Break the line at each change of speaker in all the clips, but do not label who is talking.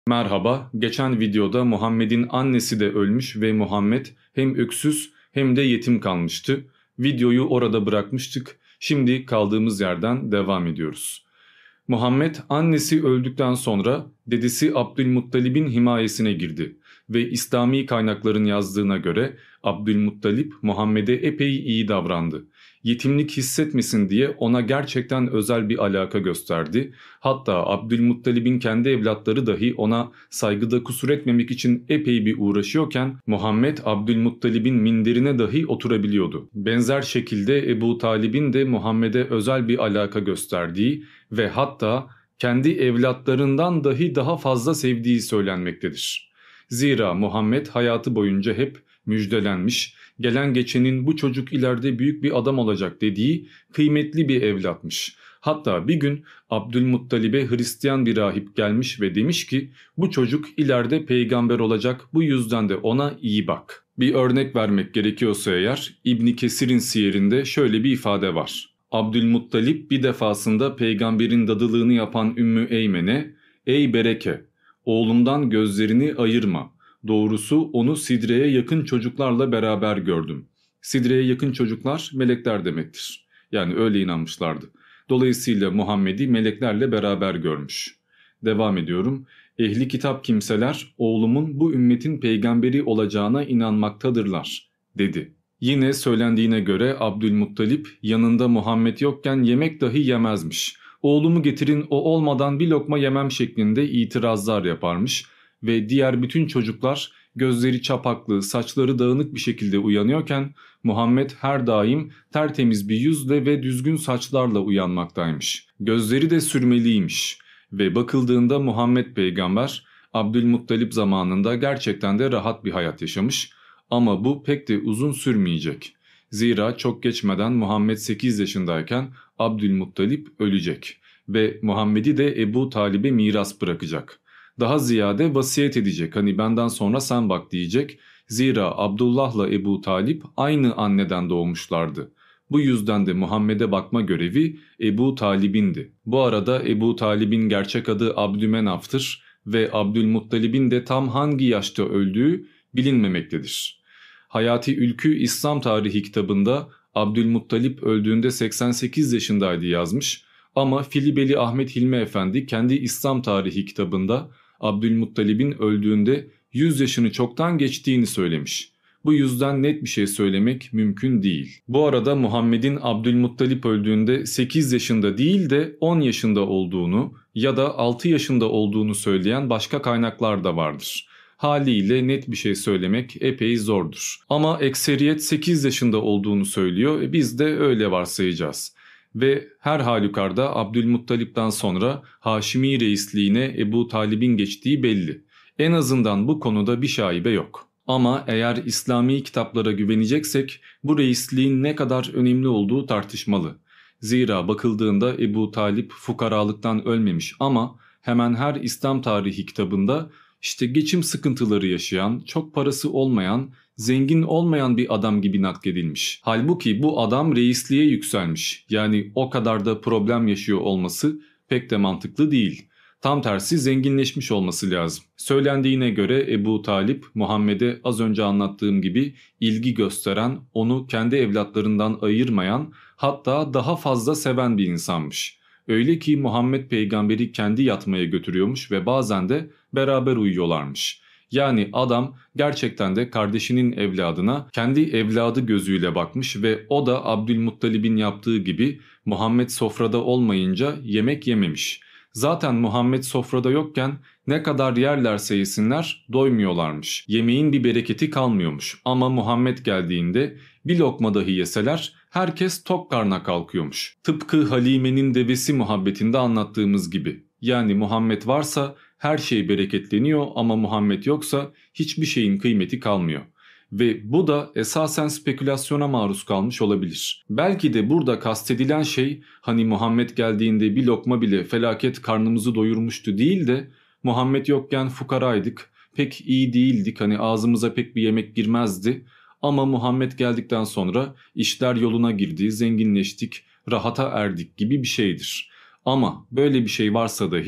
Merhaba, geçen videoda Muhammed'in annesi de ölmüş ve Muhammed hem öksüz hem de yetim kalmıştı. Videoyu orada bırakmıştık. Şimdi kaldığımız yerden devam ediyoruz. Muhammed annesi öldükten sonra dedesi Abdülmuttalib'in himayesine girdi ve İslami kaynakların yazdığına göre Abdülmuttalip Muhammed'e epey iyi davrandı. Yetimlik hissetmesin diye ona gerçekten özel bir alaka gösterdi. Hatta Abdülmuttalib'in kendi evlatları dahi ona saygıda kusur etmemek için epey bir uğraşıyorken Muhammed Abdülmuttalib'in minderine dahi oturabiliyordu. Benzer şekilde Ebu Talib'in de Muhammed'e özel bir alaka gösterdiği ve hatta kendi evlatlarından dahi daha fazla sevdiği söylenmektedir. Zira Muhammed hayatı boyunca hep müjdelenmiş, gelen geçenin bu çocuk ileride büyük bir adam olacak dediği kıymetli bir evlatmış. Hatta bir gün Abdülmuttalib'e Hristiyan bir rahip gelmiş ve demiş ki bu çocuk ileride peygamber olacak, bu yüzden de ona iyi bak. Bir örnek vermek gerekiyorsa eğer İbn Kesir'in siyerinde şöyle bir ifade var. Abdülmuttalip bir defasında peygamberin dadılığını yapan Ümmü Eymen'e "Ey Bereke, oğlumdan gözlerini ayırma. Doğrusu onu Sidre'ye yakın çocuklarla beraber gördüm." Sidre'ye yakın çocuklar melekler demektir. Yani öyle inanmışlardı. Dolayısıyla Muhammed'i meleklerle beraber görmüş. Devam ediyorum. Ehli kitap kimseler oğlumun bu ümmetin peygamberi olacağına inanmaktadırlar, dedi. Yine söylendiğine göre Abdülmuttalip yanında Muhammed yokken yemek dahi yemezmiş. Oğlumu getirin, o olmadan bir lokma yemem şeklinde itirazlar yaparmış ve diğer bütün çocuklar gözleri çapaklı, saçları dağınık bir şekilde uyanıyorken Muhammed her daim tertemiz bir yüzle ve düzgün saçlarla uyanmaktaymış. Gözleri de sürmeliymiş ve bakıldığında Muhammed peygamber Abdülmuttalip zamanında gerçekten de rahat bir hayat yaşamış. Ama bu pek de uzun sürmeyecek. Zira çok geçmeden Muhammed 8 yaşındayken Abdülmuttalip ölecek ve Muhammed'i de Ebu Talib'e miras bırakacak. Daha ziyade vasiyet edecek, hani benden sonra sen bak diyecek. Zira Abdullah'la Ebu Talip aynı anneden doğmuşlardı. Bu yüzden de Muhammed'e bakma görevi Ebu Talib'indi. Bu arada Ebu Talib'in gerçek adı Abdümenaf'tır ve Abdülmuttalib'in de tam hangi yaşta öldüğü bilinmemektedir. Hayati Ülkü İslam Tarihi kitabında Abdülmuttalip öldüğünde 88 yaşındaydı yazmış ama Filibeli Ahmet Hilmi Efendi kendi İslam Tarihi kitabında Abdülmuttalib'in öldüğünde 100 yaşını çoktan geçtiğini söylemiş. Bu yüzden net bir şey söylemek mümkün değil. Bu arada Muhammed'in Abdülmuttalip öldüğünde 8 yaşında değil de 10 yaşında olduğunu ya da 6 yaşında olduğunu söyleyen başka kaynaklar da vardır. Haliyle net bir şey söylemek epey zordur. Ama ekseriyet 8 yaşında olduğunu söylüyor. Biz de öyle varsayacağız. Ve her halükarda Abdülmuttalip'ten sonra Haşimi reisliğine Ebu Talib'in geçtiği belli. En azından bu konuda bir şaibe yok. Ama eğer İslami kitaplara güveneceksek bu reisliğin ne kadar önemli olduğu tartışmalı. Zira bakıldığında Ebu Talip fukaralıktan ölmemiş ama hemen her İslam tarihi kitabında İşte geçim sıkıntıları yaşayan, çok parası olmayan, zengin olmayan bir adam gibi nakledilmiş. Halbuki bu adam reisliğe yükselmiş. Yani o kadar da problem yaşıyor olması pek de mantıklı değil. Tam tersi zenginleşmiş olması lazım. Söylendiğine göre Ebu Talip, Muhammed'e az önce anlattığım gibi ilgi gösteren, onu kendi evlatlarından ayırmayan, hatta daha fazla seven bir insanmış. Öyle ki Muhammed peygamberi kendi yatmaya götürüyormuş ve bazen de beraber uyuyorlarmış. Yani adam gerçekten de kardeşinin evladına kendi evladı gözüyle bakmış ve o da Abdülmuttalib'in yaptığı gibi Muhammed sofrada olmayınca yemek yememiş. Zaten Muhammed sofrada yokken ne kadar yerlerse yesinler doymuyorlarmış. Yemeğin bir bereketi kalmıyormuş ama Muhammed geldiğinde bir lokma dahi yeseler herkes tok karna kalkıyormuş. Tıpkı Halime'nin devesi muhabbetinde anlattığımız gibi. Yani Muhammed varsa her şey bereketleniyor ama Muhammed yoksa hiçbir şeyin kıymeti kalmıyor. Ve bu da esasen spekülasyona maruz kalmış olabilir. Belki de burada kastedilen şey hani Muhammed geldiğinde bir lokma bile felaket karnımızı doyurmuştu değil de Muhammed yokken fukaraydık, pek iyi değildik, hani ağzımıza pek bir yemek girmezdi. Ama Muhammed geldikten sonra işler yoluna girdi, zenginleştik, rahata erdik gibi bir şeydir. Ama böyle bir şey varsa dahi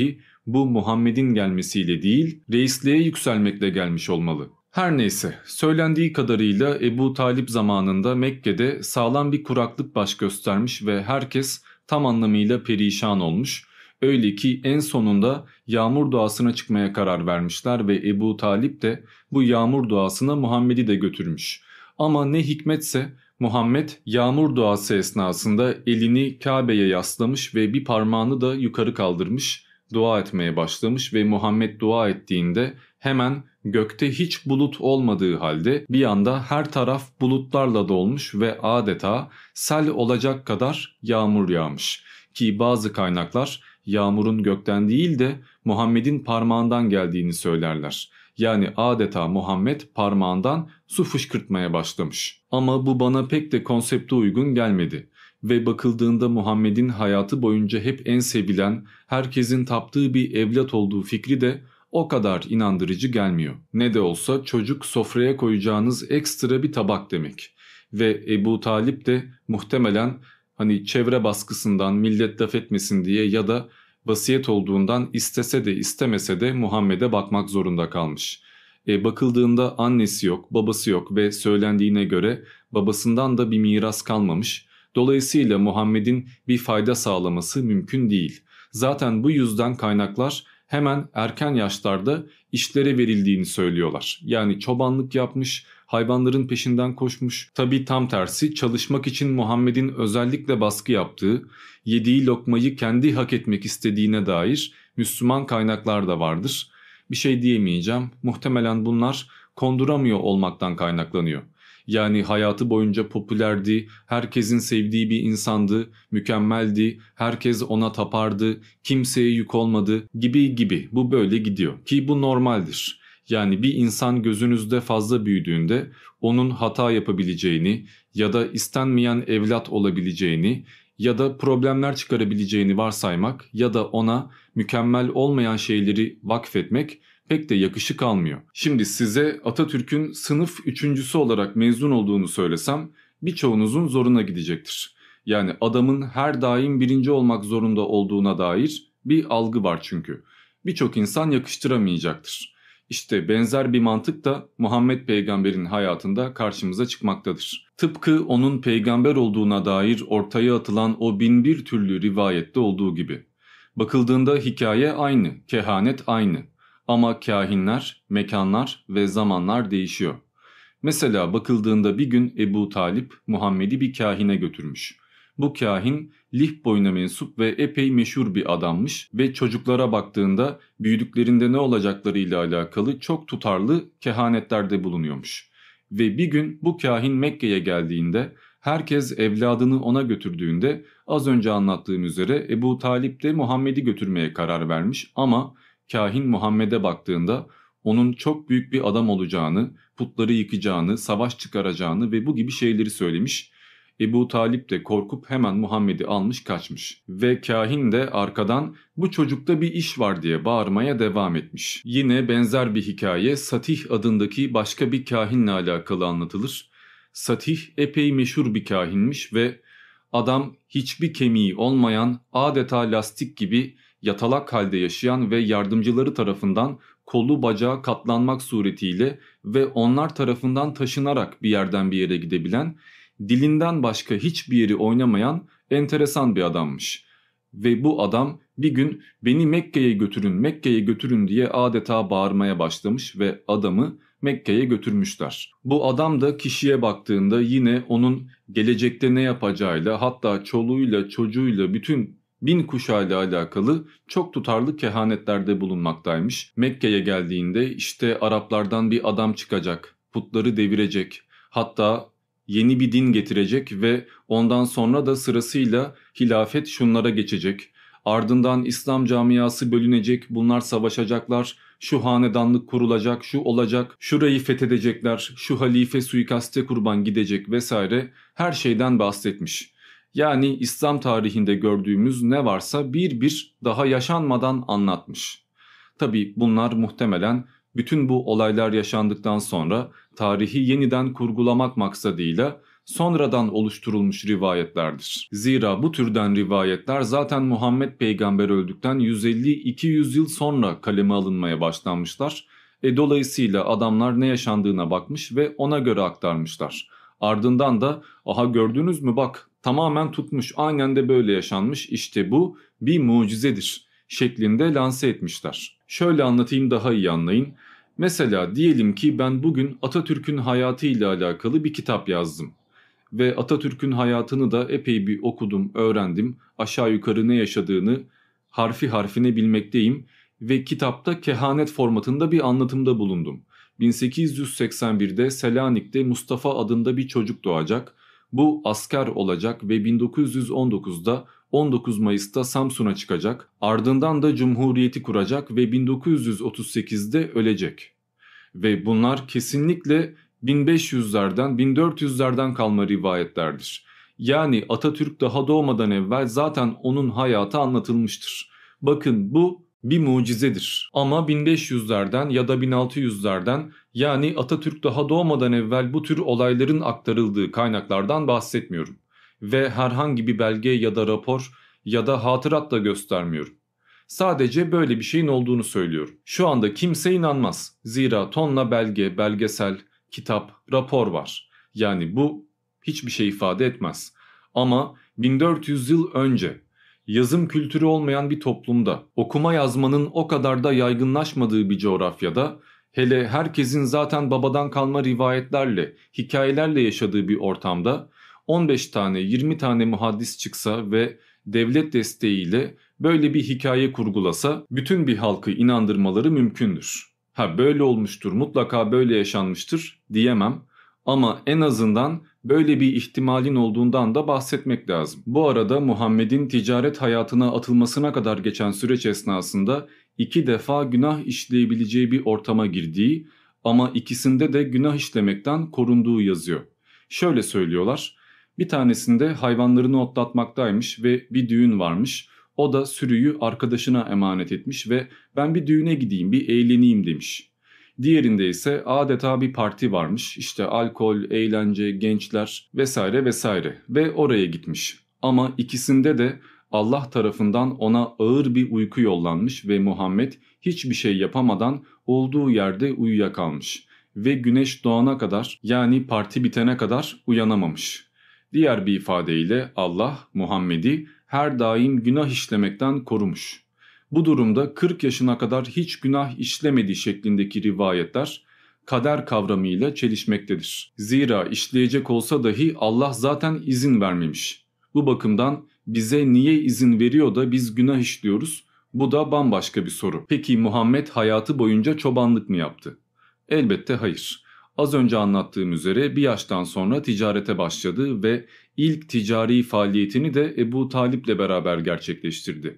Bu Muhammed'in gelmesiyle değil, reisliğe yükselmekle gelmiş olmalı. Her neyse, söylendiği kadarıyla Ebu Talip zamanında Mekke'de sağlam bir kuraklık baş göstermiş ve herkes tam anlamıyla perişan olmuş. Öyle ki en sonunda yağmur duasına çıkmaya karar vermişler ve Ebu Talip de bu yağmur duasına Muhammed'i de götürmüş. Ama ne hikmetse Muhammed yağmur duası esnasında elini Kabe'ye yaslamış ve bir parmağını da yukarı kaldırmış, dua etmeye başlamış ve Muhammed dua ettiğinde hemen gökte hiç bulut olmadığı halde bir anda her taraf bulutlarla dolmuş ve adeta sel olacak kadar yağmur yağmış. Ki bazı kaynaklar yağmurun gökten değil de Muhammed'in parmağından geldiğini söylerler. Yani adeta Muhammed parmağından su fışkırtmaya başlamış. Ama bu bana pek de konsepte uygun gelmedi. Ve bakıldığında Muhammed'in hayatı boyunca hep en sevilen, herkesin taptığı bir evlat olduğu fikri de o kadar inandırıcı gelmiyor. Ne de olsa çocuk sofraya koyacağınız ekstra bir tabak demek. Ve Ebu Talip de muhtemelen hani çevre baskısından millet laf etmesin diye ya da vasiyet olduğundan istese de istemese de Muhammed'e bakmak zorunda kalmış. Bakıldığında annesi yok, babası yok ve söylendiğine göre babasından da bir miras kalmamış. Dolayısıyla Muhammed'in bir fayda sağlaması mümkün değil. Zaten bu yüzden kaynaklar hemen erken yaşlarda işlere verildiğini söylüyorlar. Yani çobanlık yapmış, hayvanların peşinden koşmuş. Tabii tam tersi çalışmak için Muhammed'in özellikle baskı yaptığı, yediği lokmayı kendi hak etmek istediğine dair Müslüman kaynaklar da vardır. Bir şey diyemeyeceğim. Muhtemelen bunlar konduramıyor olmaktan kaynaklanıyor. Yani hayatı boyunca popülerdi, herkesin sevdiği bir insandı, mükemmeldi, herkes ona tapardı, kimseye yük olmadı gibi gibi. Bu böyle gidiyor ki bu normaldir. Yani bir insan gözünüzde fazla büyüdüğünde onun hata yapabileceğini ya da istenmeyen evlat olabileceğini ya da problemler çıkarabileceğini varsaymak ya da ona mükemmel olmayan şeyleri vakfetmek pek de yakışık almıyor. Şimdi size Atatürk'ün sınıf üçüncüsü olarak mezun olduğunu söylesem birçoğunuzun zoruna gidecektir. Yani adamın her daim birinci olmak zorunda olduğuna dair bir algı var çünkü. Birçok insan yakıştıramayacaktır. İşte benzer bir mantık da Muhammed Peygamber'in hayatında karşımıza çıkmaktadır. Tıpkı onun peygamber olduğuna dair ortaya atılan o binbir türlü rivayette olduğu gibi. Bakıldığında hikaye aynı, kehanet aynı. Ama kahinler, mekanlar ve zamanlar değişiyor. Mesela bakıldığında bir gün Ebu Talip Muhammed'i bir kahine götürmüş. Bu kahin Lih boyuna mensup ve epey meşhur bir adammış ve çocuklara baktığında büyüdüklerinde ne olacaklarıyla alakalı çok tutarlı kehanetlerde bulunuyormuş. Ve bir gün bu kahin Mekke'ye geldiğinde herkes evladını ona götürdüğünde az önce anlattığım üzere Ebu Talip de Muhammed'i götürmeye karar vermiş ama kahin Muhammed'e baktığında onun çok büyük bir adam olacağını, putları yıkacağını, savaş çıkaracağını ve bu gibi şeyleri söylemiş. Ebu Talip de korkup hemen Muhammed'i almış kaçmış. Ve kahin de arkadan bu çocukta bir iş var diye bağırmaya devam etmiş. Yine benzer bir hikaye Satih adındaki başka bir kahinle alakalı anlatılır. Satih epey meşhur bir kahinmiş ve adam hiçbir kemiği olmayan adeta lastik gibi yatalak halde yaşayan ve yardımcıları tarafından kolu bacağı katlanmak suretiyle ve onlar tarafından taşınarak bir yerden bir yere gidebilen, dilinden başka hiçbir yeri oynamayan enteresan bir adammış. Ve bu adam bir gün beni Mekke'ye götürün, Mekke'ye götürün diye adeta bağırmaya başlamış ve adamı Mekke'ye götürmüşler. Bu adam da kişiye baktığında yine onun gelecekte ne yapacağıyla hatta çoluğuyla çocuğuyla bütün bin kuşağıyla alakalı çok tutarlı kehanetlerde bulunmaktaymış. Mekke'ye geldiğinde işte Araplardan bir adam çıkacak, putları devirecek, hatta yeni bir din getirecek ve ondan sonra da sırasıyla hilafet şunlara geçecek. Ardından İslam camiası bölünecek, bunlar savaşacaklar, şu hanedanlık kurulacak, şu olacak, şurayı fethedecekler, şu halife suikaste kurban gidecek vesaire her şeyden bahsetmiş. Yani İslam tarihinde gördüğümüz ne varsa bir bir daha yaşanmadan anlatmış. Tabii bunlar muhtemelen bütün bu olaylar yaşandıktan sonra tarihi yeniden kurgulamak maksadıyla sonradan oluşturulmuş rivayetlerdir. Zira bu türden rivayetler zaten Muhammed peygamber öldükten 150-200 yıl sonra kaleme alınmaya başlanmışlar. Dolayısıyla adamlar ne yaşandığına bakmış ve ona göre aktarmışlar. Ardından da aha gördünüz mü bak tamamen tutmuş, aynen de böyle yaşanmış, işte bu bir mucizedir şeklinde lanse etmişler. Şöyle anlatayım daha iyi anlayın. Mesela diyelim ki ben bugün Atatürk'ün hayatı ile alakalı bir kitap yazdım. Ve Atatürk'ün hayatını da epey bir okudum, öğrendim. Aşağı yukarı ne yaşadığını harfi harfine bilmekteyim. Ve kitapta kehanet formatında bir anlatımda bulundum. 1881'de Selanik'te Mustafa adında bir çocuk doğacak. Bu asker olacak ve 1919'da 19 Mayıs'ta Samsun'a çıkacak. Ardından da Cumhuriyeti kuracak ve 1938'de ölecek. Ve bunlar kesinlikle 1500'lerden 1400'lerden kalma rivayetlerdir. Yani Atatürk daha doğmadan evvel zaten onun hayatı anlatılmıştır. Bakın bu bir mucizedir. Ama 1500'lerden ya da 1600'lerden, yani Atatürk daha doğmadan evvel bu tür olayların aktarıldığı kaynaklardan bahsetmiyorum. Ve herhangi bir belge ya da rapor ya da hatırat da göstermiyorum. Sadece böyle bir şeyin olduğunu söylüyorum. Şu anda kimse inanmaz. Zira tonla belge, belgesel, kitap, rapor var. Yani bu hiçbir şey ifade etmez. Ama 1400 yıl önce yazım kültürü olmayan bir toplumda, okuma yazmanın o kadar da yaygınlaşmadığı bir coğrafyada, hele herkesin zaten babadan kalma rivayetlerle, hikayelerle yaşadığı bir ortamda 15 tane 20 tane muhaddis çıksa ve devlet desteğiyle böyle bir hikaye kurgulasa bütün bir halkı inandırmaları mümkündür. Ha böyle olmuştur, mutlaka böyle yaşanmıştır diyemem ama en azından böyle bir ihtimalin olduğundan da bahsetmek lazım. Bu arada Muhammed'in ticaret hayatına atılmasına kadar geçen süreç esnasında 2 defa günah işleyebileceği bir ortama girdiği ama ikisinde de günah işlemekten korunduğu yazıyor. Şöyle söylüyorlar, bir tanesinde hayvanlarını otlatmaktaymış ve bir düğün varmış. O da sürüyü arkadaşına emanet etmiş ve ben bir düğüne gideyim, bir eğleneyim demiş. Diğerinde ise adeta bir parti varmış. İşte alkol, eğlence, gençler vesaire vesaire ve oraya gitmiş. Ama ikisinde de Allah tarafından ona ağır bir uyku yollanmış ve Muhammed hiçbir şey yapamadan olduğu yerde uyuyakalmış. Ve güneş doğana kadar, yani parti bitene kadar uyanamamış. Diğer bir ifadeyle Allah Muhammed'i her daim günah işlemekten korumuş. Bu durumda 40 yaşına kadar hiç günah işlemediği şeklindeki rivayetler kader kavramıyla çelişmektedir. Zira işleyecek olsa dahi Allah zaten izin vermemiş. Bu bakımdan bize niye izin veriyor da biz günah işliyoruz? Bu da bambaşka bir soru. Peki Muhammed hayatı boyunca çobanlık mı yaptı? Elbette hayır. Az önce anlattığım üzere bir yaştan sonra ticarete başladı ve ilk ticari faaliyetini de Ebu Talip'le beraber gerçekleştirdi.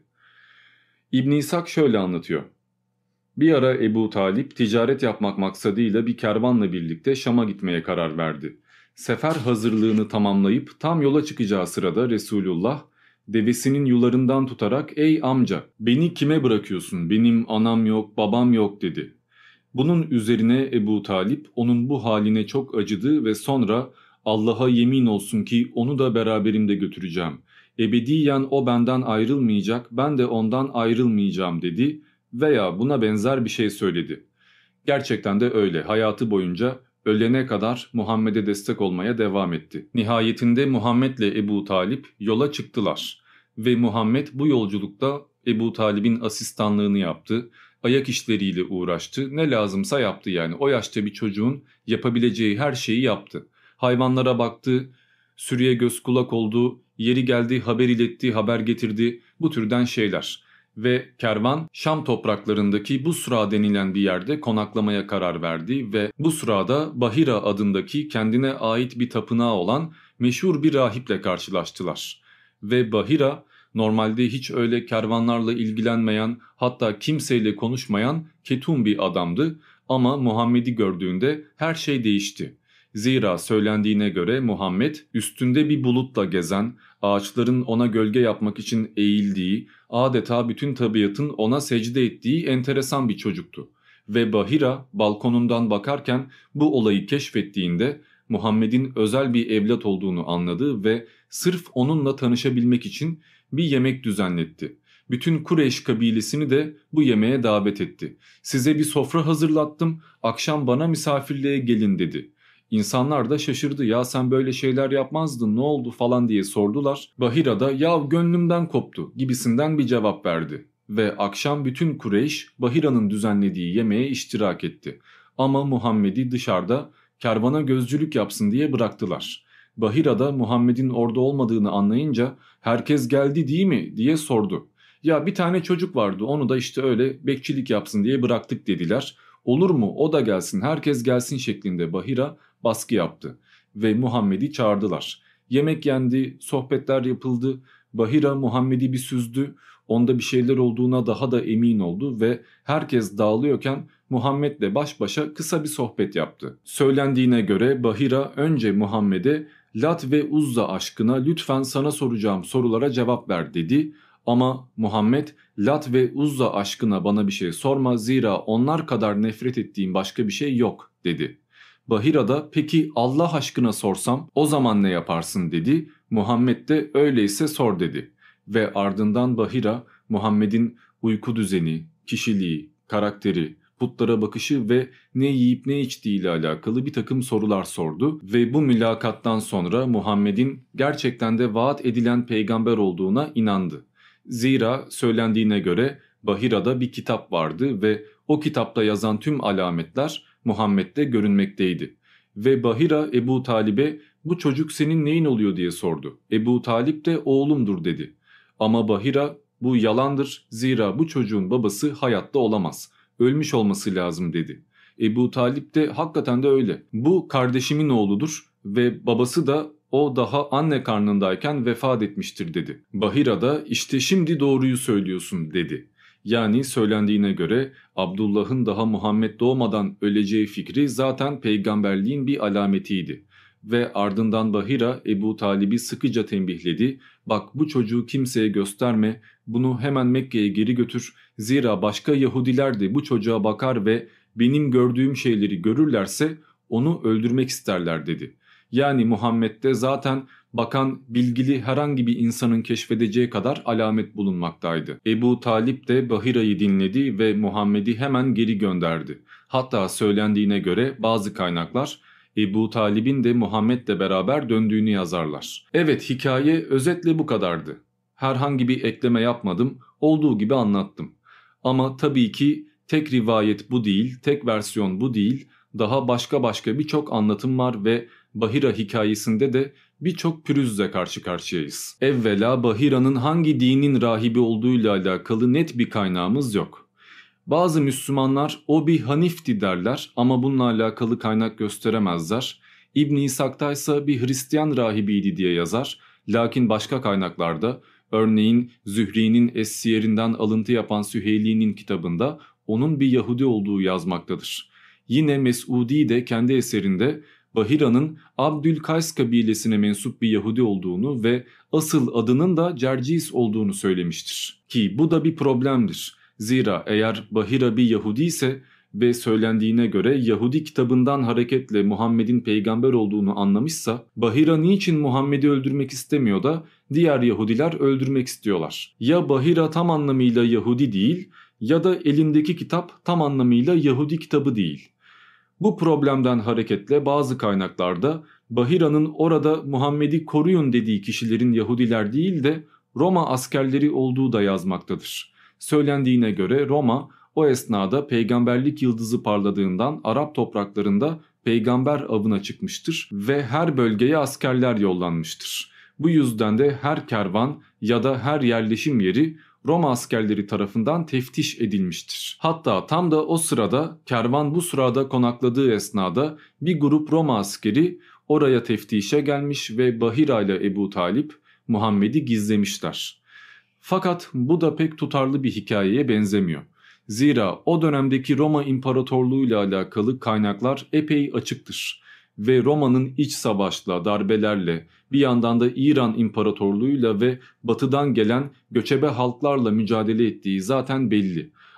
İbn İshak şöyle anlatıyor. Bir ara Ebu Talip ticaret yapmak maksadıyla bir kervanla birlikte Şam'a gitmeye karar verdi. Sefer hazırlığını tamamlayıp tam yola çıkacağı sırada Resulullah devesinin yularından tutarak "Ey amca, beni kime bırakıyorsun? Benim anam yok, babam yok." dedi. Bunun üzerine Ebu Talip onun bu haline çok acıdı ve sonra "Allah'a yemin olsun ki onu da beraberimde götüreceğim. Ebediyen o benden ayrılmayacak, ben de ondan ayrılmayacağım" dedi veya buna benzer bir şey söyledi. Gerçekten de öyle, hayatı boyunca ölene kadar Muhammed'e destek olmaya devam etti. Nihayetinde Muhammed'le Ebu Talip yola çıktılar ve Muhammed bu yolculukta Ebu Talip'in asistanlığını yaptı. Ayak işleriyle uğraştı. Ne lazımsa yaptı yani. O yaşta bir çocuğun yapabileceği her şeyi yaptı. Hayvanlara baktı, sürüye göz kulak oldu, yeri geldi haber iletti, haber getirdi, bu türden şeyler. Ve kervan Şam topraklarındaki Busra denilen bir yerde konaklamaya karar verdi ve Busra'da Bahira adındaki kendine ait bir tapınağı olan meşhur bir rahiple karşılaştılar. Ve Bahira normalde hiç öyle kervanlarla ilgilenmeyen, hatta kimseyle konuşmayan ketum bir adamdı ama Muhammed'i gördüğünde her şey değişti. Zira söylendiğine göre Muhammed üstünde bir bulutla gezen, ağaçların ona gölge yapmak için eğildiği, adeta bütün tabiatın ona secde ettiği enteresan bir çocuktu. Ve Bahira balkonundan bakarken bu olayı keşfettiğinde Muhammed'in özel bir evlat olduğunu anladı ve sırf onunla tanışabilmek için bir yemek düzenletti. Bütün Kureyş kabilesini de bu yemeğe davet etti. Size bir sofra hazırlattım, akşam bana misafirliğe gelin dedi. İnsanlar da şaşırdı, ya sen böyle şeyler yapmazdın, ne oldu falan diye sordular. Bahira da ya gönlümden koptu gibisinden bir cevap verdi. Ve akşam bütün Kureyş Bahira'nın düzenlediği yemeğe iştirak etti. Ama Muhammed'i dışarıda kervana gözcülük yapsın diye bıraktılar. Bahira da Muhammed'in orada olmadığını anlayınca herkes geldi değil mi diye sordu. Ya bir tane çocuk vardı, onu da işte öyle bekçilik yapsın diye bıraktık dediler. Olur mu, o da gelsin, herkes gelsin şeklinde Bahira baskı yaptı ve Muhammed'i çağırdılar. Yemek yendi, sohbetler yapıldı. Bahira Muhammed'i bir süzdü. Onda bir şeyler olduğuna daha da emin oldu ve herkes dağılıyorken Muhammed'le baş başa kısa bir sohbet yaptı. Söylendiğine göre Bahira önce Muhammed'e Lat ve Uzza aşkına lütfen sana soracağım sorulara cevap ver dedi. Ama Muhammed Lat ve Uzza aşkına bana bir şey sorma, zira onlar kadar nefret ettiğim başka bir şey yok dedi. Bahira da peki Allah aşkına sorsam o zaman ne yaparsın dedi. Muhammed de öyleyse sor dedi. Ve ardından Bahira Muhammed'in uyku düzeni, kişiliği, karakteri, putlara bakışı ve ne yiyip ne içtiği ile alakalı bir takım sorular sordu. Ve bu mülakattan sonra Muhammed'in gerçekten de vaat edilen peygamber olduğuna inandı. Zira söylendiğine göre Bahira'da bir kitap vardı ve o kitapta yazan tüm alametler Muhammed'de görünmekteydi. Ve Bahira Ebu Talib'e bu çocuk senin neyin oluyor diye sordu. Ebu Talib de oğlumdur dedi. Ama Bahira bu yalandır, zira bu çocuğun babası hayatta olamaz. Ölmüş olması lazım dedi. Ebu Talib de hakikaten de öyle. Bu kardeşimin oğludur ve babası da o daha anne karnındayken vefat etmiştir dedi. Bahira da işte şimdi doğruyu söylüyorsun dedi. Yani söylendiğine göre Abdullah'ın daha Muhammed doğmadan öleceği fikri zaten peygamberliğin bir alametiydi. Ve ardından Bahira Ebu Talib'i sıkıca tembihledi. Bak bu çocuğu kimseye gösterme, bunu hemen Mekke'ye geri götür. Zira başka Yahudiler de bu çocuğa bakar ve benim gördüğüm şeyleri görürlerse onu öldürmek isterler dedi. Yani Muhammed'de zaten bakan bilgili herhangi bir insanın keşfedeceği kadar alamet bulunmaktaydı. Ebu Talip de Bahira'yı dinledi ve Muhammed'i hemen geri gönderdi. Hatta söylendiğine göre bazı kaynaklar Ebu Talib'in de Muhammed'le beraber döndüğünü yazarlar. Evet, hikaye özetle bu kadardı. Herhangi bir ekleme yapmadım, olduğu gibi anlattım. Ama tabii ki tek rivayet bu değil, tek versiyon bu değil, daha başka birçok anlatım var ve Bahira hikayesinde de birçok pürüzle karşı karşıyayız. Evvela Bahira'nın hangi dinin rahibi olduğuyla alakalı net bir kaynağımız yok. Bazı Müslümanlar o bir Hanif'ti derler ama bununla alakalı kaynak gösteremezler. İbn İshak'ta ise bir Hristiyan rahibiydi diye yazar. Lakin başka kaynaklarda, örneğin Zühri'nin Es-Siyerinden alıntı yapan Süheyli'nin kitabında onun bir Yahudi olduğu yazmaktadır. Yine Mes'udi de kendi eserinde Bahira'nın Abdülkays kabilesine mensup bir Yahudi olduğunu ve asıl adının da Cercis olduğunu söylemiştir. Ki bu da bir problemdir. Zira eğer Bahira bir Yahudi ise ve söylendiğine göre Yahudi kitabından hareketle Muhammed'in peygamber olduğunu anlamışsa, Bahira niçin Muhammed'i öldürmek istemiyor da diğer Yahudiler öldürmek istiyorlar? Ya Bahira tam anlamıyla Yahudi değil ya da elindeki kitap tam anlamıyla Yahudi kitabı değil. Bu problemden hareketle bazı kaynaklarda Bahira'nın orada Muhammed'i koruyun dediği kişilerin Yahudiler değil de Roma askerleri olduğu da yazmaktadır. Söylendiğine göre Roma o esnada peygamberlik yıldızı parladığından Arap topraklarında peygamber avına çıkmıştır ve her bölgeye askerler yollanmıştır. Bu yüzden de her kervan ya da her yerleşim yeri Roma askerleri tarafından teftiş edilmiştir. Hatta tam da o sırada kervan bu sırada konakladığı esnada bir grup Roma askeri oraya teftişe gelmiş ve Bahira ile Ebu Talip Muhammed'i gizlemişler. Fakat bu da pek tutarlı bir hikayeye benzemiyor. Zira o dönemdeki Roma İmparatorluğu ile alakalı kaynaklar epey açıktır. Ve Roma'nın iç savaşla, darbelerle, bir yandan da İran İmparatorluğu'yla ve batıdan gelen göçebe halklarla mücadele ettiği zaten belli.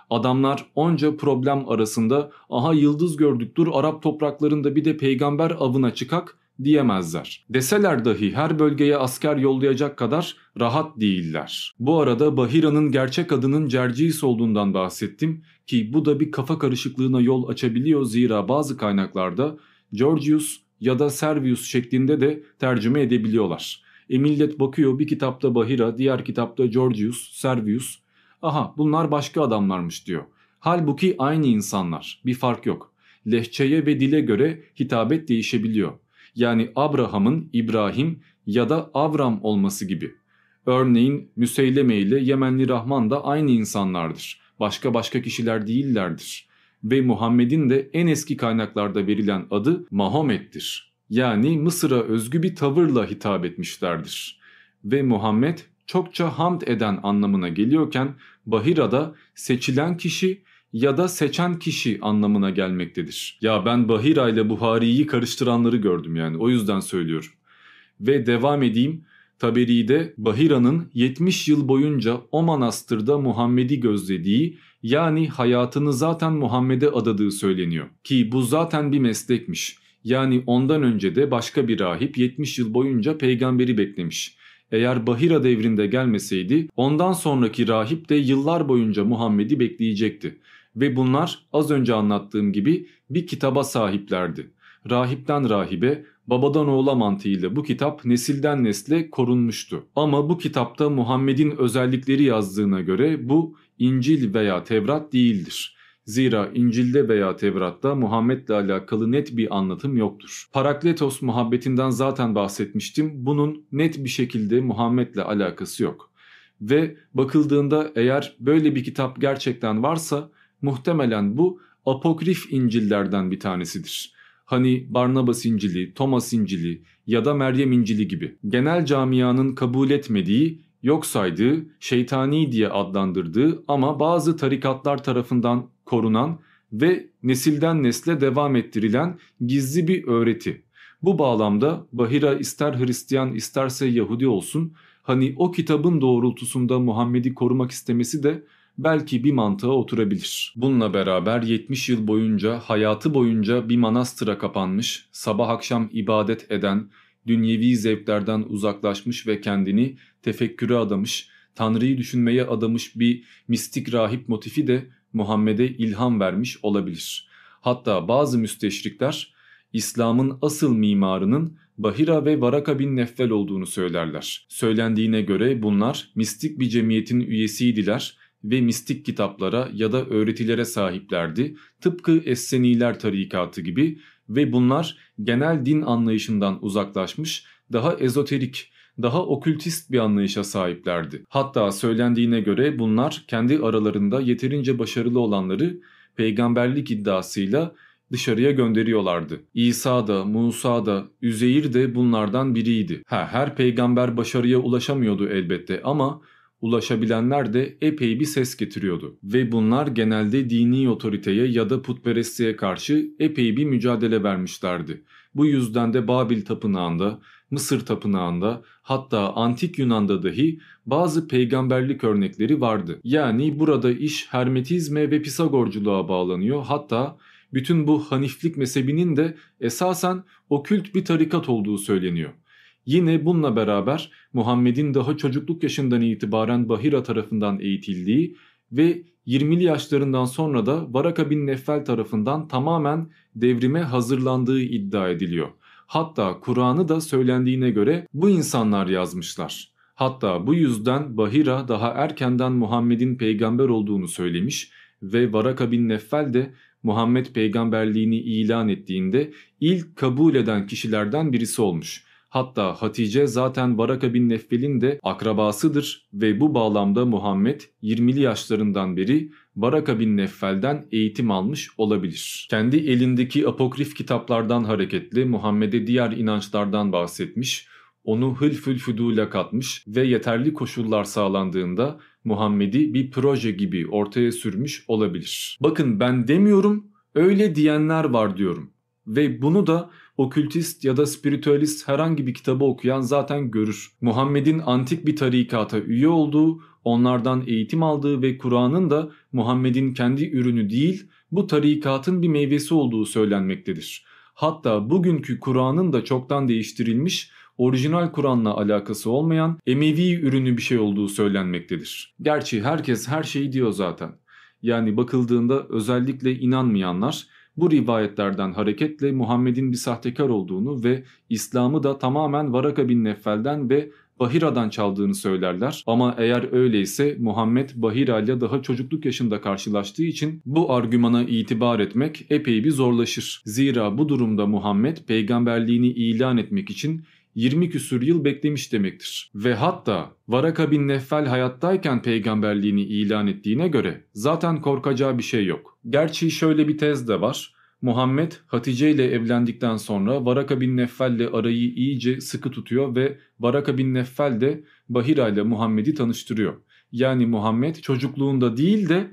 Adamlar onca problem arasında aha yıldız gördük dur Arap topraklarında bir de peygamber avına çıkak diyemezler. Deseler dahi her bölgeye asker yollayacak kadar rahat değiller. Bu arada Bahira'nın gerçek adının Cercis olduğundan bahsettim ki bu da bir kafa karışıklığına yol açabiliyor zira bazı kaynaklarda Georgius ya da Servius şeklinde de tercüme edebiliyorlar. Millet bakıyor bir kitapta Bahira, diğer kitapta Georgius, Servius. Aha bunlar başka adamlarmış diyor. Halbuki aynı insanlar, bir fark yok. Lehçeye ve dile göre hitabet değişebiliyor. Yani Abraham'ın İbrahim ya da Avram olması gibi. Örneğin Müseyleme ile Yemenli Rahman da aynı insanlardır. Başka kişiler değillerdir. Ve Muhammed'in de en eski kaynaklarda verilen adı Mahomet'tir. Yani Mısır'a özgü bir tavırla hitap etmişlerdir. Ve Muhammed çokça hamd eden anlamına geliyorken Bahira'da seçilen kişi ya da seçen kişi anlamına gelmektedir. Ya ben Bahira ile Buhari'yi karıştıranları gördüm yani o yüzden söylüyorum. Ve devam edeyim. Taberi'de Bahira'nın 70 yıl boyunca o manastırda Muhammed'i gözlediği yani hayatını zaten Muhammed'e adadığı söyleniyor. Ki bu zaten bir meslekmiş. Yani ondan önce de başka bir rahip 70 yıl boyunca peygamberi beklemiş. Eğer Bahira devrinde gelmeseydi ondan sonraki rahip de yıllar boyunca Muhammed'i bekleyecekti. Ve bunlar az önce anlattığım gibi bir kitaba sahiplerdi. Rahipten rahibe, babadan oğula mantığıyla bu kitap nesilden nesle korunmuştu. Ama bu kitapta Muhammed'in özellikleri yazdığına göre bu İncil veya Tevrat değildir. Zira İncil'de veya Tevrat'ta Muhammed'le alakalı net bir anlatım yoktur. Parakletos muhabbetinden zaten bahsetmiştim. Bunun net bir şekilde Muhammed'le alakası yok. Ve bakıldığında eğer böyle bir kitap gerçekten varsa muhtemelen bu apokrif İncil'lerden bir tanesidir. Hani Barnabas İncil'i, Thomas İncil'i ya da Meryem İncil'i gibi. Genel camianın kabul etmediği, yok saydığı, şeytani diye adlandırdığı ama bazı tarikatlar tarafından korunan ve nesilden nesle devam ettirilen gizli bir öğreti. Bu bağlamda Bahira ister Hristiyan isterse Yahudi olsun, hani o kitabın doğrultusunda Muhammed'i korumak istemesi de belki bir mantığa oturabilir. Bununla beraber 70 yıl boyunca, hayatı boyunca bir manastıra kapanmış, sabah akşam ibadet eden, dünyevi zevklerden uzaklaşmış ve kendini tefekküre adamış, Tanrı'yı düşünmeye adamış bir mistik rahip motifi de Muhammed'e ilham vermiş olabilir. Hatta bazı müsteşrikler İslam'ın asıl mimarının Bahira ve Varaka bin Neffel olduğunu söylerler. Söylendiğine göre bunlar mistik bir cemiyetin üyesiydiler ve mistik kitaplara ya da öğretilere sahiplerdi. Tıpkı Esseniler tarikatı gibi ve bunlar genel din anlayışından uzaklaşmış, daha ezoterik, daha okültist bir anlayışa sahiplerdi. Hatta söylendiğine göre bunlar kendi aralarında yeterince başarılı olanları peygamberlik iddiasıyla dışarıya gönderiyorlardı. İsa da, Musa da, Üzeyir de bunlardan biriydi. Her peygamber başarıya ulaşamıyordu elbette ama ulaşabilenler de epey bir ses getiriyordu. Ve bunlar genelde dini otoriteye ya da putperestliğe karşı epey bir mücadele vermişlerdi. Bu yüzden de Babil Tapınağı'nda, Mısır Tapınağı'nda hatta Antik Yunan'da dahi bazı peygamberlik örnekleri vardı. Yani burada iş Hermetizme ve Pisagorculuğa bağlanıyor. Hatta bütün bu Haniflik mezhebinin de esasen okült bir tarikat olduğu söyleniyor. Yine bununla beraber Muhammed'in daha çocukluk yaşından itibaren Bahira tarafından eğitildiği ve 20'li yaşlarından sonra da Varaka bin Neffel tarafından tamamen devrime hazırlandığı iddia ediliyor. Hatta Kur'an'ı da söylendiğine göre bu insanlar yazmışlar. Hatta bu yüzden Bahira daha erkenden Muhammed'in peygamber olduğunu söylemiş ve Varaka bin Neffel de Muhammed peygamberliğini ilan ettiğinde ilk kabul eden kişilerden birisi olmuş. Hatta Hatice zaten Varaka bin Neffel'in de akrabasıdır ve bu bağlamda Muhammed 20'li yaşlarından beri Varaka bin Neffel'den eğitim almış olabilir. Kendi elindeki apokrif kitaplardan hareketle Muhammed'e diğer inançlardan bahsetmiş, onu hılfül fudule katmış ve yeterli koşullar sağlandığında Muhammed'i bir proje gibi ortaya sürmüş olabilir. Bakın ben demiyorum, öyle diyenler var diyorum. Ve bunu da Okültist ya da spiritüalist herhangi bir kitabı okuyan zaten görür. Muhammed'in antik bir tarikata üye olduğu, onlardan eğitim aldığı ve Kur'an'ın da Muhammed'in kendi ürünü değil, bu tarikatın bir meyvesi olduğu söylenmektedir. Hatta bugünkü Kur'an'ın da çoktan değiştirilmiş, orijinal Kur'an'la alakası olmayan Emevi ürünü bir şey olduğu söylenmektedir. Gerçi herkes her şeyi diyor zaten. Yani bakıldığında özellikle inanmayanlar bu rivayetlerden hareketle Muhammed'in bir sahtekar olduğunu ve İslam'ı da tamamen Varaka bin Neffel'den ve Bahira'dan çaldığını söylerler. Ama eğer öyleyse Muhammed Bahira ile daha çocukluk yaşında karşılaştığı için bu argümana itibar etmek epey bir zorlaşır. Zira bu durumda Muhammed peygamberliğini ilan etmek için 20 küsur yıl beklemiş demektir. Ve hatta Varaka bin Neffel hayattayken peygamberliğini ilan ettiğine göre zaten korkacağı bir şey yok. Gerçi şöyle bir tez de var. Muhammed Hatice ile evlendikten sonra Varaka bin Neffel ile arayı iyice sıkı tutuyor ve Varaka bin Neffel de Bahira ile Muhammed'i tanıştırıyor. Yani Muhammed çocukluğunda değil de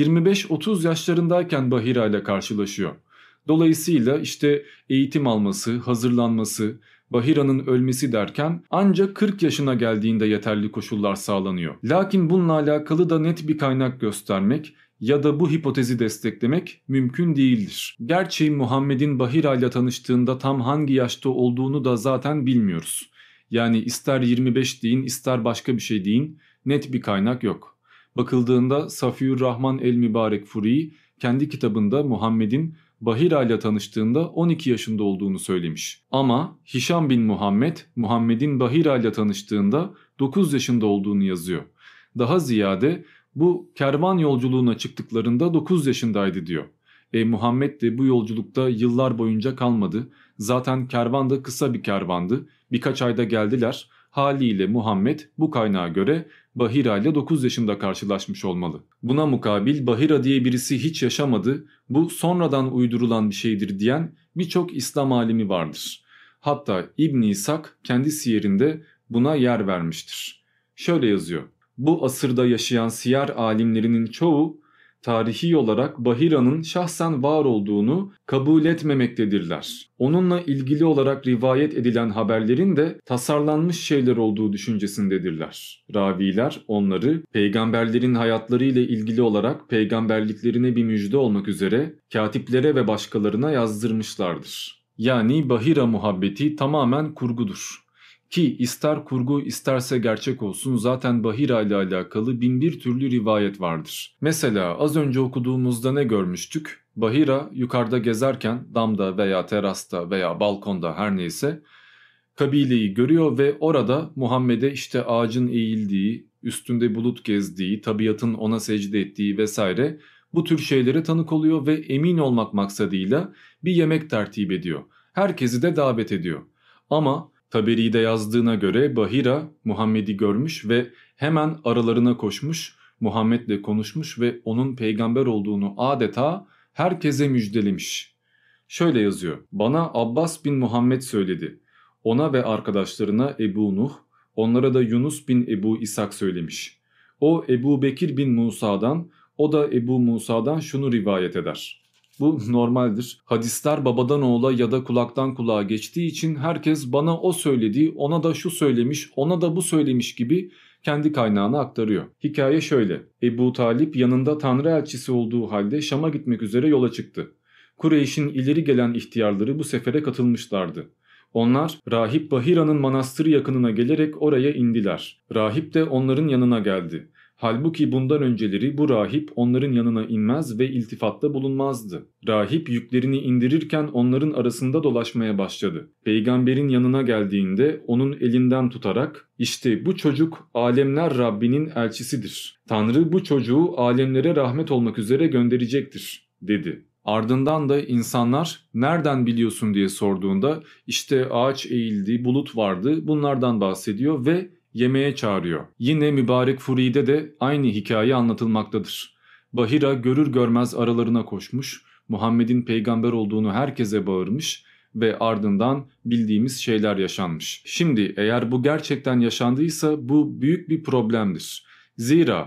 25-30 yaşlarındayken Bahira ile karşılaşıyor. Dolayısıyla işte eğitim alması, hazırlanması, Bahira'nın ölmesi derken ancak 40 yaşına geldiğinde yeterli koşullar sağlanıyor. Lakin bununla alakalı da net bir kaynak göstermek ya da bu hipotezi desteklemek mümkün değildir. Gerçi Muhammed'in Bahira ile tanıştığında tam hangi yaşta olduğunu da zaten bilmiyoruz. Yani ister 25 deyin ister başka bir şey deyin, net bir kaynak yok. Bakıldığında Safiyurrahman el-Mübarek Furi kendi kitabında Muhammed'in Bahira ile tanıştığında 12 yaşında olduğunu söylemiş. Ama Hişam bin Muhammed, Muhammed'in Bahira ile tanıştığında 9 yaşında olduğunu yazıyor. Daha ziyade bu kervan yolculuğuna çıktıklarında 9 yaşındaydı diyor. Muhammed de bu yolculukta yıllar boyunca kalmadı. Zaten kervan da kısa bir kervandı. Birkaç ayda geldiler. Haliyle Muhammed bu kaynağa göre Bahira ile 9 yaşında karşılaşmış olmalı. Buna mukabil Bahira diye birisi hiç yaşamadı, bu sonradan uydurulan bir şeydir diyen birçok İslam alimi vardır. Hatta İbn İshak kendi siyerinde buna yer vermiştir. Şöyle yazıyor: bu asırda yaşayan siyer alimlerinin çoğu tarihi olarak Bahira'nın şahsen var olduğunu kabul etmemektedirler. Onunla ilgili olarak rivayet edilen haberlerin de tasarlanmış şeyler olduğu düşüncesindedirler. Raviler onları peygamberlerin hayatları ile ilgili olarak peygamberliklerine bir müjde olmak üzere katiplere ve başkalarına yazdırmışlardır. Yani Bahira muhabbeti tamamen kurgudur. Ki ister kurgu isterse gerçek olsun zaten Bahira ile alakalı bin bir türlü rivayet vardır. Mesela az önce okuduğumuzda ne görmüştük? Bahira yukarıda gezerken damda veya terasta veya balkonda her neyse kabileyi görüyor ve orada Muhammed'e işte ağacın eğildiği, üstünde bulut gezdiği, tabiatın ona secde ettiği vesaire bu tür şeylere tanık oluyor ve emin olmak maksadıyla bir yemek tertip ediyor. Herkesi de davet ediyor. Ama Taberi'de yazdığına göre Bahira Muhammed'i görmüş ve hemen aralarına koşmuş, Muhammed'le konuşmuş ve onun peygamber olduğunu adeta herkese müjdelemiş. Şöyle yazıyor: bana Abbas bin Muhammed söyledi. Ona ve arkadaşlarına Ebu Nuh, onlara da Yunus bin Ebu İshak söylemiş. O Ebu Bekir bin Musa'dan, o da Ebu Musa'dan şunu rivayet eder. Bu normaldir. Hadisler babadan oğula ya da kulaktan kulağa geçtiği için herkes bana o söyledi, ona da şu söylemiş, ona da bu söylemiş gibi kendi kaynağına aktarıyor. Hikaye şöyle: Ebu Talip yanında Tanrı elçisi olduğu halde Şam'a gitmek üzere yola çıktı. Kureyş'in ileri gelen ihtiyarları bu sefere katılmışlardı. Onlar Rahip Bahira'nın manastırı yakınına gelerek oraya indiler. Rahip de onların yanına geldi. Halbuki bundan önceleri bu rahip onların yanına inmez ve iltifatta bulunmazdı. Rahip yüklerini indirirken onların arasında dolaşmaya başladı. Peygamberin yanına geldiğinde onun elinden tutarak "İşte bu çocuk alemler Rabbinin elçisidir. Tanrı bu çocuğu alemlere rahmet olmak üzere gönderecektir," dedi. Ardından da insanlar "nereden biliyorsun?" diye sorduğunda işte ağaç eğildi, bulut vardı, bunlardan bahsediyor ve yemeğe çağırıyor. Yine Mübarek Furi'de de aynı hikaye anlatılmaktadır. Bahira görür görmez aralarına koşmuş, Muhammed'in peygamber olduğunu herkese bağırmış ve ardından bildiğimiz şeyler yaşanmış. Şimdi eğer bu gerçekten yaşandıysa bu büyük bir problemdir. Zira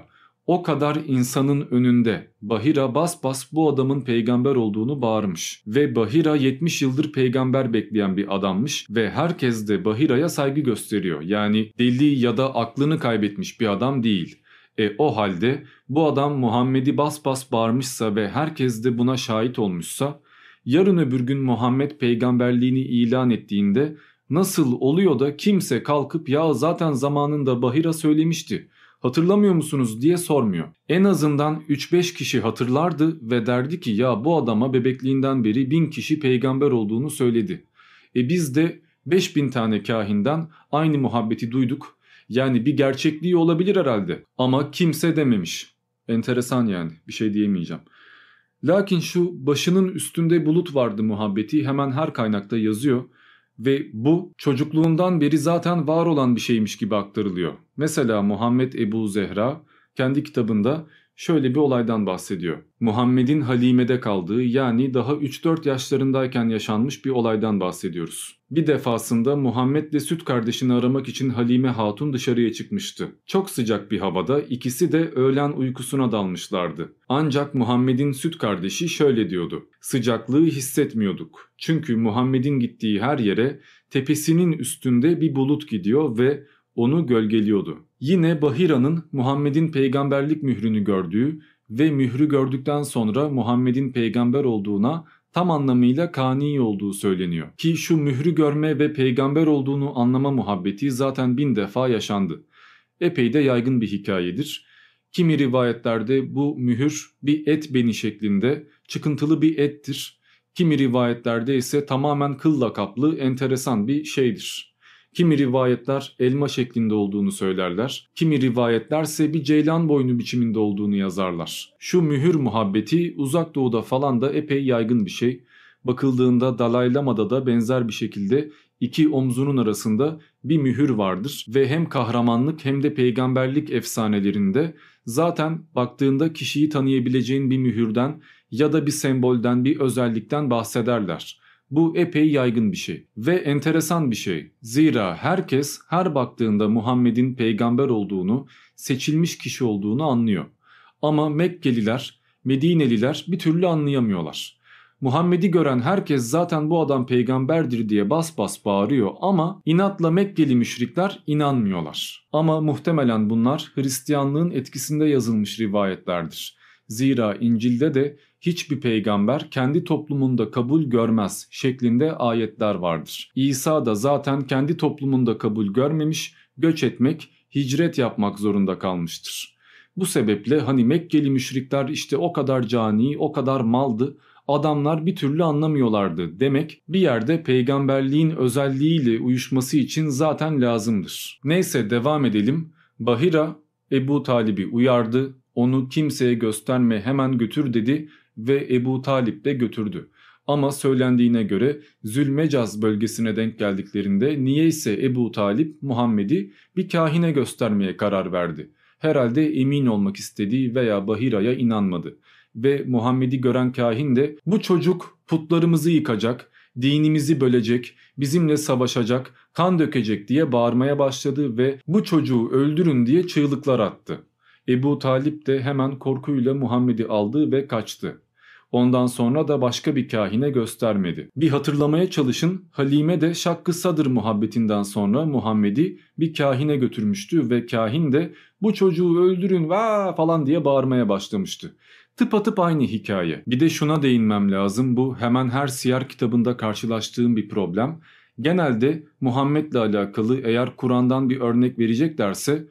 O kadar insanın önünde Bahira bas bas bu adamın peygamber olduğunu bağırmış. Ve Bahira 70 yıldır peygamber bekleyen bir adammış ve herkes de Bahira'ya saygı gösteriyor. Yani deli ya da aklını kaybetmiş bir adam değil. O halde bu adam Muhammed'i bas bas bağırmışsa ve herkes de buna şahit olmuşsa, yarın öbür gün Muhammed peygamberliğini ilan ettiğinde nasıl oluyor da kimse kalkıp ya zaten zamanında Bahira söylemişti, hatırlamıyor musunuz diye sormuyor. En azından 3-5 kişi hatırlardı ve derdi ki ya bu adama bebekliğinden beri 1000 kişi peygamber olduğunu söyledi. Biz de 5000 tane kahinden aynı muhabbeti duyduk. Yani bir gerçekliği olabilir herhalde ama kimse dememiş. Enteresan yani, bir şey diyemeyeceğim. Lakin şu başının üstünde bulut vardı muhabbeti hemen her kaynakta yazıyor. Ve bu çocukluğundan beri zaten var olan bir şeymiş gibi aktarılıyor. Mesela Muhammed Ebu Zehra kendi kitabında şöyle bir olaydan bahsediyor. Muhammed'in Halime'de kaldığı, yani daha 3-4 yaşlarındayken yaşanmış bir olaydan bahsediyoruz. Bir defasında Muhammed'le süt kardeşini aramak için Halime Hatun dışarıya çıkmıştı. Çok sıcak bir havada ikisi de öğlen uykusuna dalmışlardı. Ancak Muhammed'in süt kardeşi şöyle diyordu: sıcaklığı hissetmiyorduk. Çünkü Muhammed'in gittiği her yere tepesinin üstünde bir bulut gidiyor ve onu gölgeliyordu. Yine Bahira'nın Muhammed'in peygamberlik mührünü gördüğü ve mührü gördükten sonra Muhammed'in peygamber olduğuna tam anlamıyla kani olduğu söyleniyor. Ki şu mührü görme ve peygamber olduğunu anlama muhabbeti zaten 1000 defa yaşandı. Epey de yaygın bir hikayedir. Kimi rivayetlerde bu mühür bir et beni şeklinde çıkıntılı bir ettir. Kimi rivayetlerde ise tamamen kılla kaplı enteresan bir şeydir. Kimi rivayetler elma şeklinde olduğunu söylerler. Kimi rivayetlerse bir ceylan boynu biçiminde olduğunu yazarlar. Şu mühür muhabbeti Uzak Doğu'da falan da epey yaygın bir şey. Bakıldığında Dalai Lama'da da benzer bir şekilde iki omzunun arasında bir mühür vardır. Ve hem kahramanlık hem de peygamberlik efsanelerinde zaten baktığında kişiyi tanıyabileceğin bir mühürden ya da bir sembolden, bir özellikten bahsederler. Bu epey yaygın bir şey ve enteresan bir şey. Zira herkes her baktığında Muhammed'in peygamber olduğunu, seçilmiş kişi olduğunu anlıyor. Ama Mekkeliler, Medineliler bir türlü anlayamıyorlar. Muhammed'i gören herkes zaten bu adam peygamberdir diye bas bas bağırıyor ama inatla Mekkeli müşrikler inanmıyorlar. Ama muhtemelen bunlar Hristiyanlığın etkisinde yazılmış rivayetlerdir. Zira İncil'de de hiçbir peygamber kendi toplumunda kabul görmez şeklinde ayetler vardır. İsa da zaten kendi toplumunda kabul görmemiş, göç etmek, hicret yapmak zorunda kalmıştır. Bu sebeple hani Mekkeli müşrikler işte o kadar cani, o kadar maldı, adamlar bir türlü anlamıyorlardı demek bir yerde peygamberliğin özelliğiyle uyuşması için zaten lazımdır. Neyse devam edelim. Bahira Ebu Talib'i uyardı, onu kimseye gösterme hemen götür dedi ve Ebu Talip de götürdü. Ama söylendiğine göre Zülmecaz bölgesine denk geldiklerinde niyeyse Ebu Talip Muhammed'i bir kahine göstermeye karar verdi. Herhalde emin olmak istediği veya Bahira'ya inanmadı. Ve Muhammed'i gören kahin de bu çocuk putlarımızı yıkacak, dinimizi bölecek, bizimle savaşacak, kan dökecek diye bağırmaya başladı ve bu çocuğu öldürün diye çığlıklar attı. Ebu Talip de hemen korkuyla Muhammed'i aldı ve kaçtı. Ondan sonra da başka bir kahine göstermedi. Bir hatırlamaya çalışın, Halime de Şakkı Sadr muhabbetinden sonra Muhammed'i bir kahine götürmüştü ve kahin de bu çocuğu öldürün va falan diye bağırmaya başlamıştı. Tıpatıp aynı hikaye. Bir de şuna değinmem lazım, bu hemen her siyer kitabında karşılaştığım bir problem. Genelde Muhammed'le alakalı eğer Kur'an'dan bir örnek vereceklerse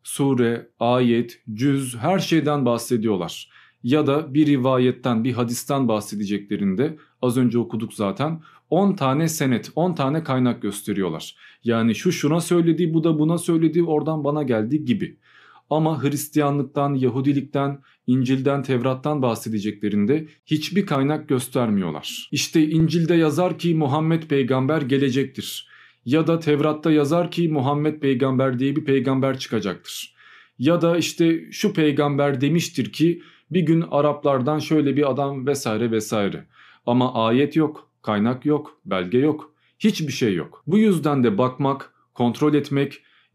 sure, ayet, cüz her şeyden bahsediyorlar. Ya da bir rivayetten, bir hadisten bahsedeceklerinde az önce okuduk zaten 10 tane senet, 10 tane kaynak gösteriyorlar. Yani şu şuna söyledi, bu da buna söyledi, oradan bana geldi gibi. Ama Hristiyanlıktan, Yahudilikten, İncil'den, Tevrat'tan bahsedeceklerinde hiçbir kaynak göstermiyorlar. İşte İncil'de yazar ki Muhammed peygamber gelecektir. Ya da Tevrat'ta yazar ki Muhammed peygamber diye bir peygamber çıkacaktır. Ya da işte şu peygamber demiştir ki bir gün Araplardan şöyle bir adam vesaire vesaire. Ama ayet yok, kaynak yok, belge yok, hiçbir şey yok. Bu yüzden de bakmak, kontrol etmek,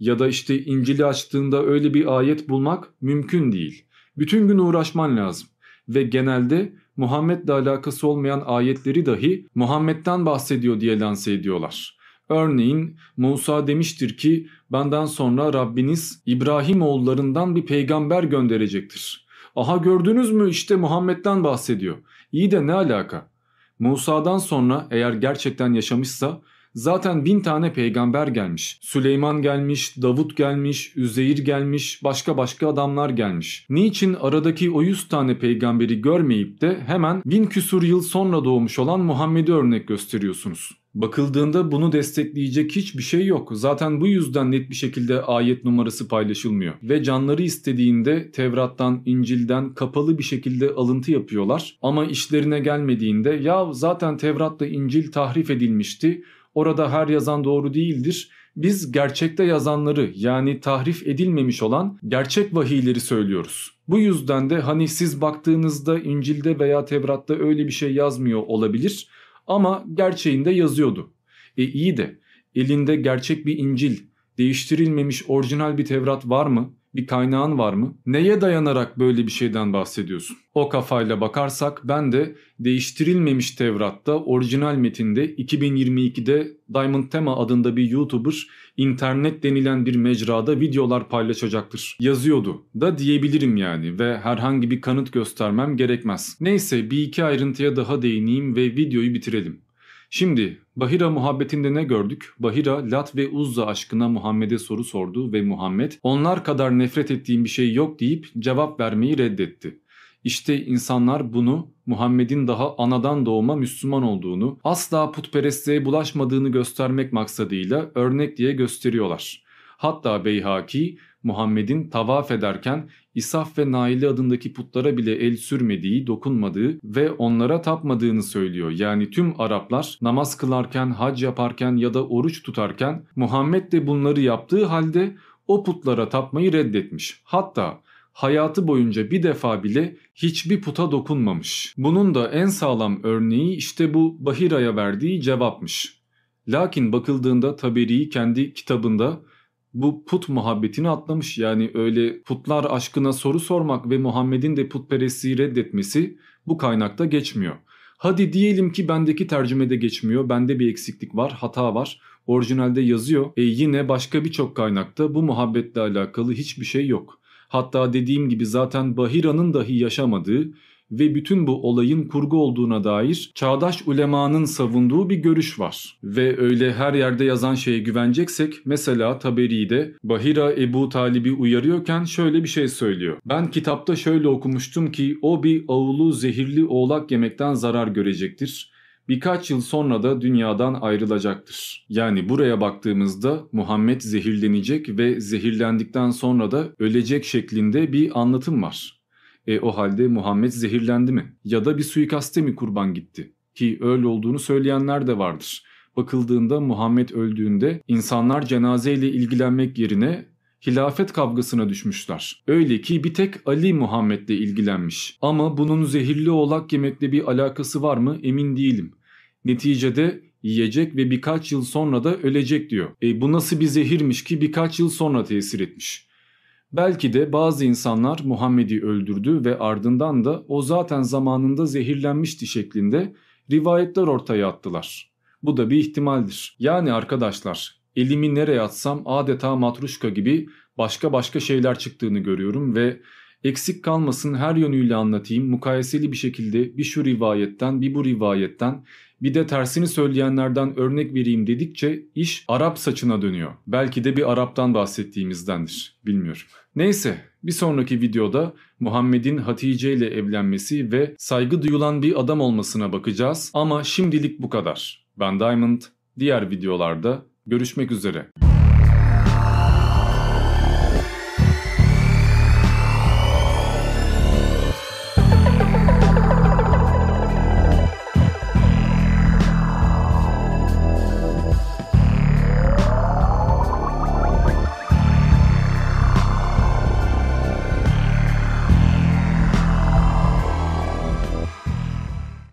Ya da işte İncil'i açtığında öyle bir ayet bulmak mümkün değil. Bütün gün uğraşman lazım. Ve genelde Muhammed'le alakası olmayan ayetleri dahi Muhammed'den bahsediyor diye lanse ediyorlar. Örneğin Musa demiştir ki benden sonra Rabbiniz İbrahim oğullarından bir peygamber gönderecektir. Aha gördünüz mü işte Muhammed'den bahsediyor. İyi de ne alaka? Musa'dan sonra eğer gerçekten yaşamışsa zaten 1000 tane peygamber gelmiş. Süleyman gelmiş, Davut gelmiş, Üzeyir gelmiş, başka adamlar gelmiş. Niçin aradaki o 100 tane peygamberi görmeyip de hemen 1000 küsur yıl sonra doğmuş olan Muhammed'i örnek gösteriyorsunuz? Bakıldığında bunu destekleyecek hiçbir şey yok. Zaten bu yüzden net bir şekilde ayet numarası paylaşılmıyor. Ve canları istediğinde Tevrat'tan, İncil'den kapalı bir şekilde alıntı yapıyorlar. Ama işlerine gelmediğinde ya zaten Tevrat'la İncil tahrif edilmişti. Orada her yazan doğru değildir. Biz gerçekte yazanları yani tahrif edilmemiş olan gerçek vahiyleri söylüyoruz. Bu yüzden de hani siz baktığınızda İncil'de veya Tevrat'ta öyle bir şey yazmıyor olabilir ama gerçeğinde yazıyordu. İyi de elinde gerçek bir İncil, değiştirilmemiş orijinal bir Tevrat var mı? Bir kaynağın var mı? Neye dayanarak böyle bir şeyden bahsediyorsun? O kafayla bakarsak ben de değiştirilmemiş Tevrat'ta orijinal metinde 2022'de Diamond Tema adında bir YouTuber internet denilen bir mecrada videolar paylaşacaktır. Yazıyordu da diyebilirim yani ve herhangi bir kanıt göstermem gerekmez. Neyse bir iki ayrıntıya daha değineyim ve videoyu bitirelim. Şimdi Bahira muhabbetinde ne gördük? Bahira Lat ve Uzza aşkına Muhammed'e soru sordu ve Muhammed onlar kadar nefret ettiğim bir şey yok deyip cevap vermeyi reddetti. İşte insanlar bunu Muhammed'in daha anadan doğma Müslüman olduğunu, asla putperestliğe bulaşmadığını göstermek maksadıyla örnek diye gösteriyorlar. Hatta Beyhaki Muhammed'in tavaf ederken İsaf ve Naili adındaki putlara bile el sürmediği, dokunmadığı ve onlara tapmadığını söylüyor. Yani tüm Araplar namaz kılarken, hac yaparken ya da oruç tutarken Muhammed de bunları yaptığı halde o putlara tapmayı reddetmiş. Hatta hayatı boyunca bir defa bile hiçbir puta dokunmamış. Bunun da en sağlam örneği işte bu Bahira'ya verdiği cevapmış. Lakin bakıldığında Taberi kendi kitabında bu put muhabbetini atlamış. Yani öyle putlar aşkına soru sormak ve Muhammed'in de putperestliği reddetmesi bu kaynakta geçmiyor. Hadi diyelim ki bendeki tercümede geçmiyor. Bende bir eksiklik var, hata var. Orijinalde yazıyor. Yine başka birçok kaynakta bu muhabbetle alakalı hiçbir şey yok. Hatta dediğim gibi zaten Bahira'nın dahi yaşamadığı ve bütün bu olayın kurgu olduğuna dair çağdaş ulemanın savunduğu bir görüş var. Ve öyle her yerde yazan şeye güveneceksek mesela Taberi'de Bahira Ebu Talib'i uyarıyorken şöyle bir şey söylüyor. Ben kitapta şöyle okumuştum ki o bir ağulu zehirli oğlak yemekten zarar görecektir. Birkaç yıl sonra da dünyadan ayrılacaktır. Yani buraya baktığımızda Muhammed zehirlenecek ve zehirlendikten sonra da ölecek şeklinde bir anlatım var. O halde Muhammed zehirlendi mi? Ya da bir suikaste mi kurban gitti? Ki öyle olduğunu söyleyenler de vardır. Bakıldığında Muhammed öldüğünde insanlar cenazeyle ilgilenmek yerine hilafet kavgasına düşmüşler. Öyle ki bir tek Ali Muhammed'le ilgilenmiş. Ama bunun zehirli oğlak yemekle bir alakası var mı emin değilim. Neticede yiyecek ve birkaç yıl sonra da ölecek diyor. Bu nasıl bir zehirmiş ki birkaç yıl sonra tesir etmiş? Belki de bazı insanlar Muhammed'i öldürdü ve ardından da o zaten zamanında zehirlenmişti şeklinde rivayetler ortaya attılar. Bu da bir ihtimaldir. Yani arkadaşlar elimi nereye atsam adeta matruşka gibi başka şeyler çıktığını görüyorum ve eksik kalmasın her yönüyle anlatayım mukayeseli bir şekilde bir şu rivayetten bir bu rivayetten bir de tersini söyleyenlerden örnek vereyim dedikçe iş Arap saçına dönüyor. Belki de bir Arap'tan bahsettiğimizdendir. Bilmiyorum. Neyse bir sonraki videoda Muhammed'in Hatice ile evlenmesi ve saygı duyulan bir adam olmasına bakacağız. Ama şimdilik bu kadar. Ben Diamond. Diğer videolarda görüşmek üzere.